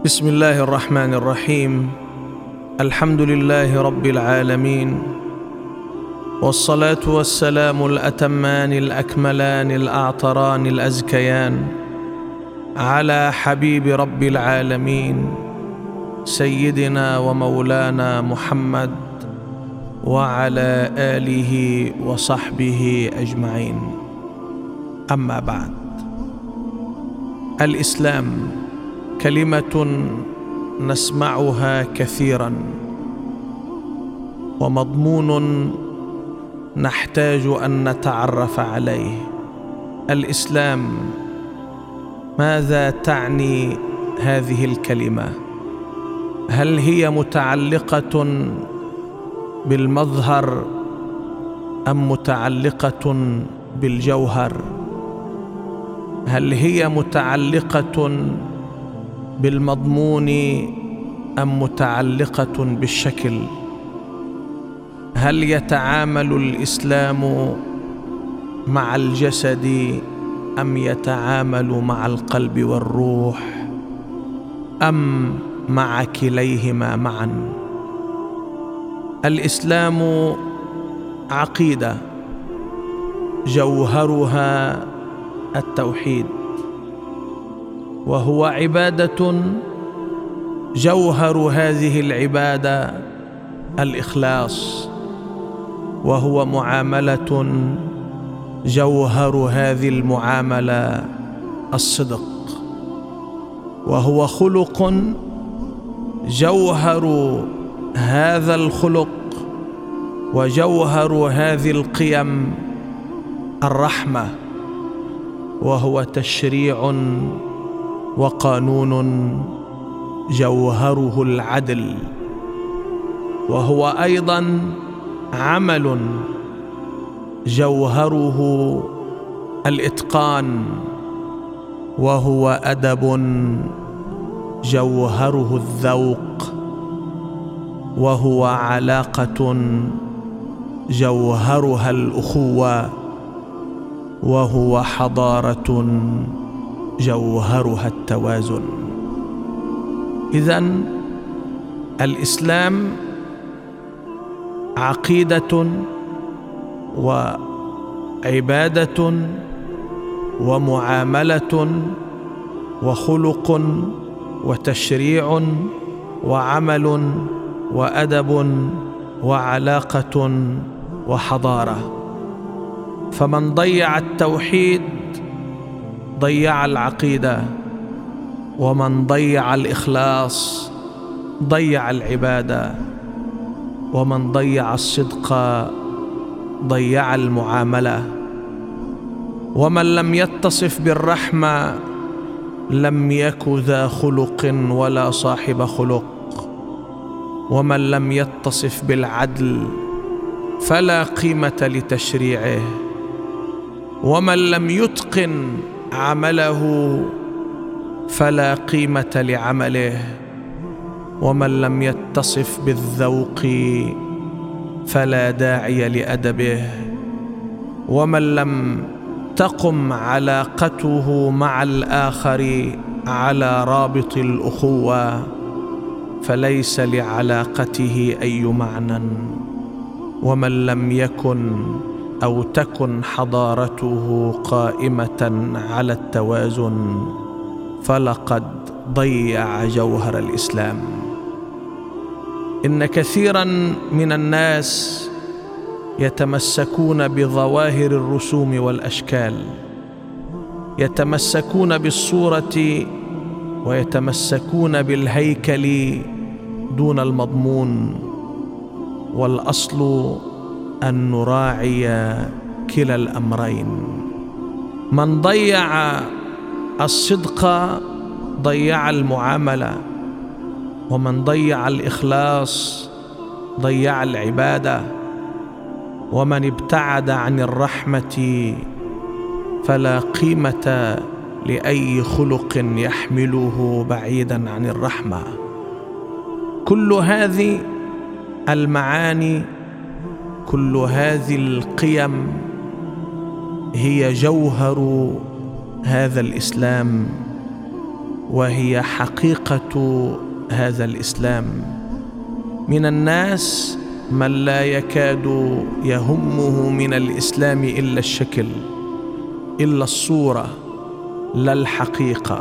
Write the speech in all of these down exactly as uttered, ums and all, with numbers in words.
بسم الله الرحمن الرحيم. الحمد لله رب العالمين، والصلاة والسلام الأتمان الأكملان الأعطران الأزكيان على حبيب رب العالمين سيدنا ومولانا محمد وعلى آله وصحبه أجمعين. أما بعد، الإسلام كلمة نسمعها كثيرا، ومضمون نحتاج أن نتعرف عليه. الإسلام، ماذا تعني هذه الكلمة؟ هل هي متعلقة بالمظهر أم متعلقة بالجوهر؟ هل هي متعلقة بالمضمون أم متعلقة بالشكل؟ هل يتعامل الإسلام مع الجسد أم يتعامل مع القلب والروح أم مع كليهما معا؟ الإسلام عقيدة جوهرها التوحيد، وهو عبادة جوهر هذه العبادة الإخلاص، وهو معاملة جوهر هذه المعاملة الصدق، وهو خلق جوهر هذا الخلق وجوهر هذه القيم الرحمة، وهو تشريع وقانون جوهره العدل، وهو أيضا عمل جوهره الإتقان، وهو أدب جوهره الذوق، وهو علاقة جوهرها الأخوة، وهو حضارة جوهرها التوازن. إذن الإسلام عقيدة وعبادة ومعاملة وخلق وتشريع وعمل وأدب وعلاقة وحضارة. فمن ضيع التوحيد ضيع العقيدة، ومن ضيع الإخلاص ضيع العبادة، ومن ضيع الصدق ضيع المعاملة، ومن لم يتصف بالرحمة لم يك ذا خلق ولا صاحب خلق، ومن لم يتصف بالعدل فلا قيمة لتشريعه، ومن لم يتقن عمله فلا قيمة لعمله، ومن لم يتصف بالذوق فلا داعي لأدبه، ومن لم تقم علاقته مع الآخر على رابط الأخوة فليس لعلاقته أي معنى، ومن لم يكن أو تكن حضارته قائمة على التوازن فلقد ضيع جوهر الإسلام. إن كثيرا من الناس يتمسكون بظواهر الرسوم والأشكال، يتمسكون بالصورة ويتمسكون بالهيكل دون المضمون، والأصل أن نراعي كلا الأمرين. من ضيع الصدق ضيع المعاملة، ومن ضيع الإخلاص ضيع العبادة، ومن ابتعد عن الرحمة فلا قيمة لأي خلق يحمله بعيدا عن الرحمة. كل هذه المعاني، كل هذه القيم هي جوهر هذا الإسلام وهي حقيقة هذا الإسلام. من الناس من لا يكاد يهمه من الإسلام إلا الشكل، إلا الصورة، لا الحقيقة،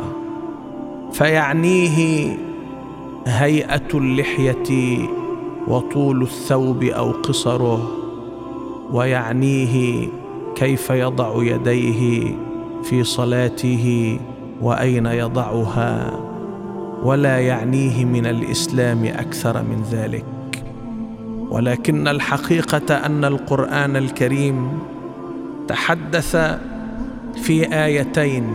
فيعنيه هيئة اللحية وطول الثوب أو قصره، ويعنيه كيف يضع يديه في صلاته وأين يضعها، ولا يعنيه من الإسلام أكثر من ذلك. ولكن الحقيقة أن القرآن الكريم تحدث في آيتين،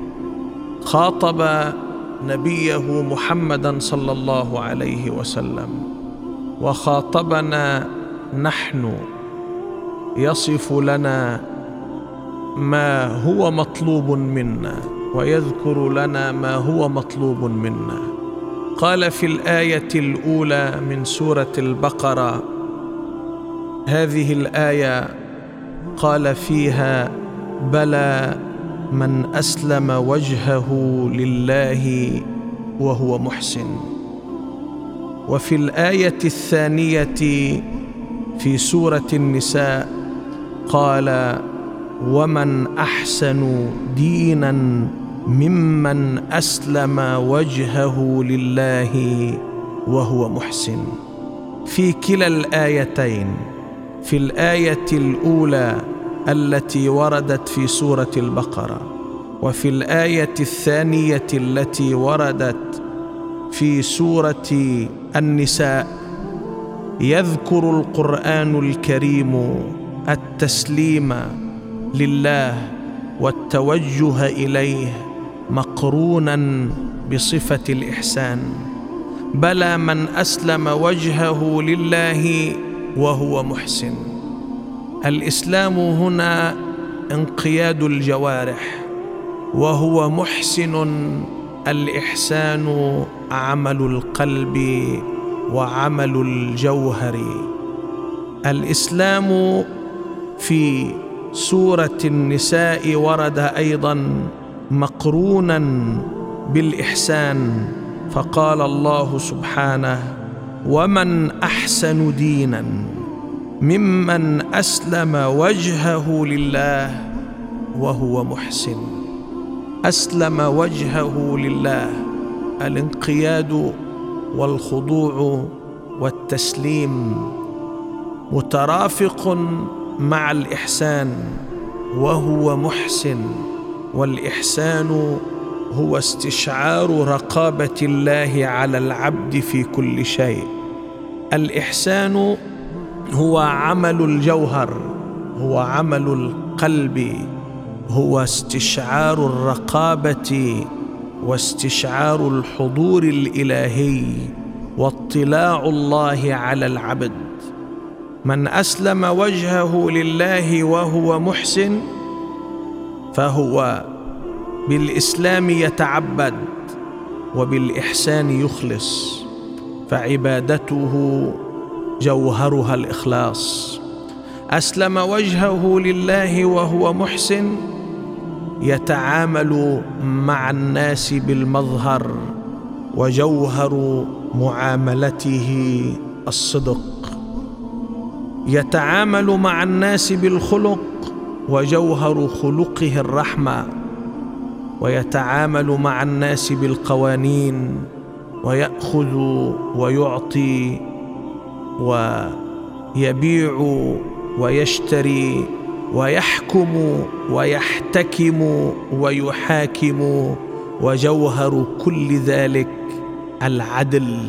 خاطب نبيه محمدًا صلى الله عليه وسلم وخاطبنا نحن، يصف لنا ما هو مطلوب منا ويذكر لنا ما هو مطلوب منا. قال في الآية الأولى من سورة البقرة، هذه الآية قال فيها: بلى من أسلم وجهه لله وهو محسن. وفي الآية الثانية في سورة النساء قال: ومن أحسن دينا ممن أسلم وجهه لله وهو محسن. في كلا الآيتين، في الآية الأولى التي وردت في سورة البقرة، وفي الآية الثانية التي وردت في سورة النساء، يذكر القرآن الكريم التسليم لله والتوجه إليه مقرونا بصفة الإحسان. بلى من أسلم وجهه لله وهو محسن. الإسلام هنا انقياد الجوارح، وهو محسن. الإحسان عمل القلب وعمل الجوهر. الإسلام في سورة النساء ورد أيضا مقرونا بالإحسان، فقال الله سبحانه: ومن أحسن دينا ممن أسلم وجهه لله وهو محسن. أسلم وجهه لله، الانقياد والخضوع والتسليم مترافق مع الإحسان، وهو محسن. والإحسان هو استشعار رقابة الله على العبد في كل شيء. الإحسان هو عمل الجوهر، هو عمل القلب، هو استشعار الرقابة واستشعار الحضور الإلهي واطلاع الله على العبد. من أسلم وجهه لله وهو محسن فهو بالإسلام يتعبد وبالإحسان يخلص، فعبادته جوهرها الإخلاص. أسلم وجهه لله وهو محسن يتعامل مع الناس بالمظهر، وجوهر معاملته الصدق. يتعامل مع الناس بالخلق، وجوهر خلقه الرحمة. ويتعامل مع الناس بالقوانين، ويأخذ ويعطي ويبيع ويشتري ويحكم ويحتكم ويحاكم، وجوهر كل ذلك العدل،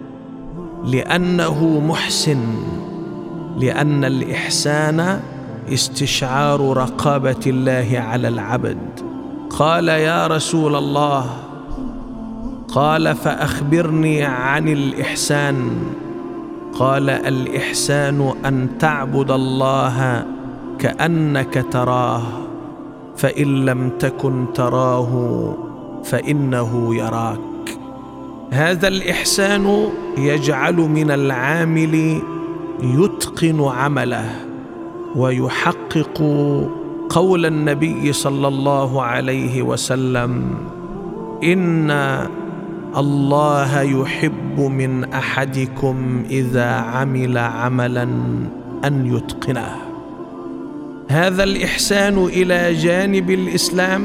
لأنه محسن، لأن الإحسان استشعار رقابة الله على العبد. قال: يا رسول الله، قال: فأخبرني عن الإحسان. قال: الإحسان أن تعبد الله كأنك تراه، فإن لم تكن تراه فإنه يراك. هذا الإحسان يجعل من العامل يتقن عمله ويحقق قول النبي صلى الله عليه وسلم: إن الله يحب من أحدكم إذا عمل عملا أن يتقنه. هذا الإحسان إلى جانب الإسلام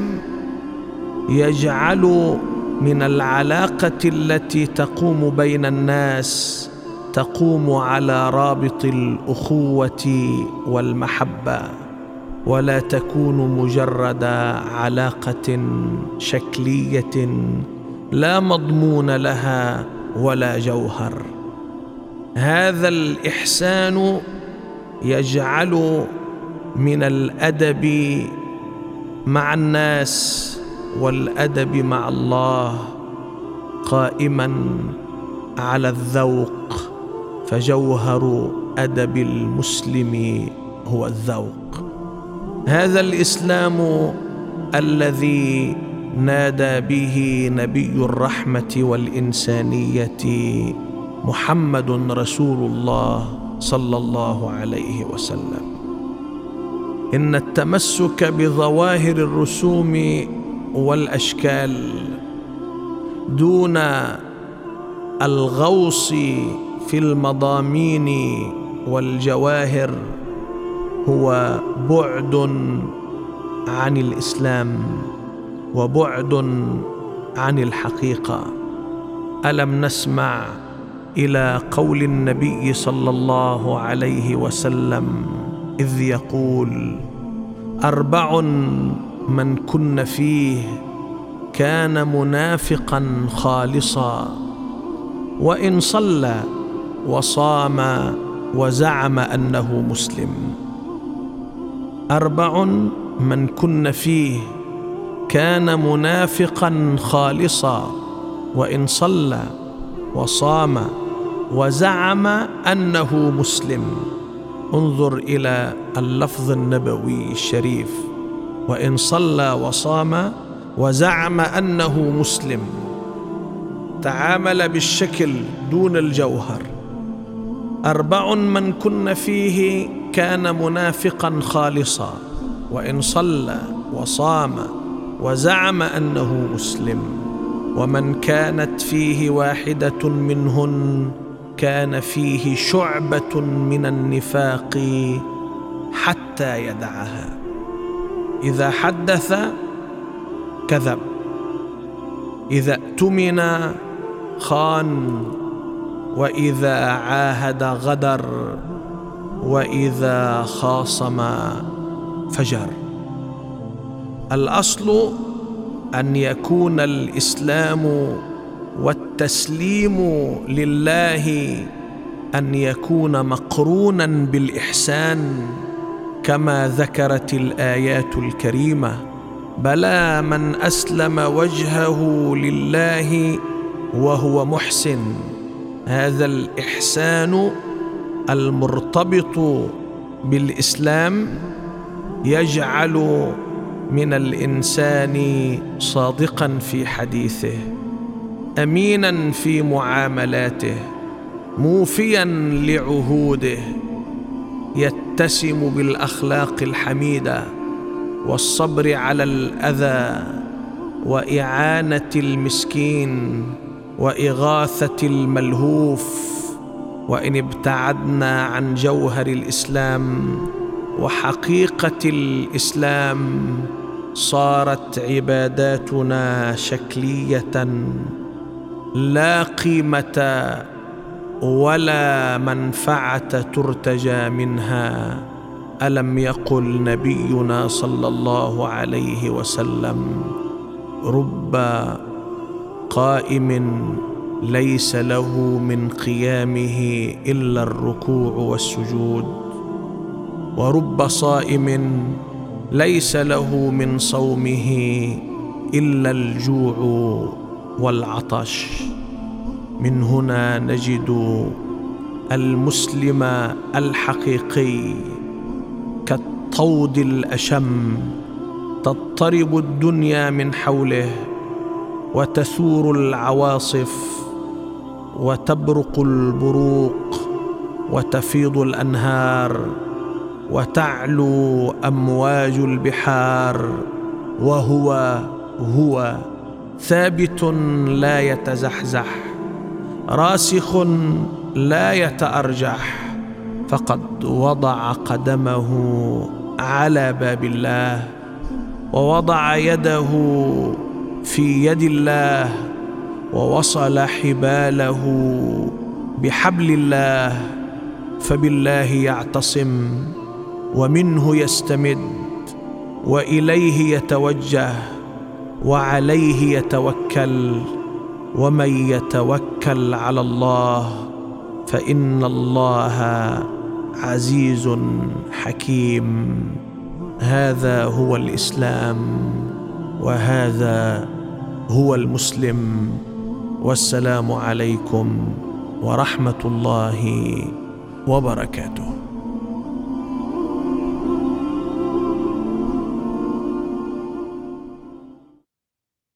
يجعل من العلاقة التي تقوم بين الناس تقوم على رابط الأخوة والمحبة، ولا تكون مجرد علاقة شكلية لا مضمون لها ولا جوهر. هذا الإحسان يجعل من الأدب مع الناس والأدب مع الله قائما على الذوق، فجوهر أدب المسلم هو الذوق. هذا الإسلام الذي نادى به نبي الرحمة والإنسانية محمد رسول الله صلى الله عليه وسلم. إن التمسك بظواهر الرسوم والأشكال دون الغوص في المضامين والجواهر هو بعد عن الإسلام وبعد عن الحقيقة. ألم نسمع إلى قول النبي صلى الله عليه وسلم إذ يقول: أربع من كن فيه كان منافقا خالصا، وإن صلى وصام وزعم أنه مسلم. أربع من كن فيه كان منافقا خالصا، وإن صلى وصام وزعم أنه مسلم. انظر إلى اللفظ النبوي الشريف: وإن صلى وصام وزعم أنه مسلم. تعامل بالشكل دون الجوهر. أربع من كن فيه كان منافقا خالصا، وإن صلى وصام وزعم أنه مسلم. ومن كانت فيه واحدة منهن كان فيه شعبة من النفاق حتى يدعها. إذا حدث كذب، إذا اؤتمن خان، وإذا عاهد غدر، وإذا خاصم فجر. الأصل أن يكون الإسلام والتسليم لله أن يكون مقرونا بالإحسان، كما ذكرت الآيات الكريمة: بلى من أسلم وجهه لله وهو محسن. هذا الإحسان المرتبط بالإسلام يجعل من الإنسان صادقا في حديثه، أمينا في معاملاته، موفيا لعهوده، يتسم بالأخلاق الحميدة والصبر على الأذى وإعانة المسكين وإغاثة الملهوف. وإن ابتعدنا عن جوهر الإسلام وحقيقة الإسلام صارت عباداتنا شكلية لا قيمة ولا منفعة ترتجى منها. ألم يقل نبينا صلى الله عليه وسلم: رب قائم ليس له من قيامه إلا الركوع والسجود، ورب صائم ليس له من صومه إلا الجوع والعطش. من هنا نجد المسلم الحقيقي كالطود الأشم، تضطرب الدنيا من حوله وتثور العواصف وتبرق البروق وتفيض الأنهار وتعلو أمواج البحار، وهو هو ثابت لا يتزحزح، راسخ لا يتأرجح، فقد وضع قدمه على باب الله، ووضع يده في يد الله، ووصل حباله بحبل الله، فبالله يعتصم، ومنه يستمد، وإليه يتوجه، وعليه يتوكل، ومن يتوكل على الله فإن الله عزيز حكيم. هذا هو الإسلام، وهذا هو المسلم. والسلام عليكم ورحمة الله وبركاته.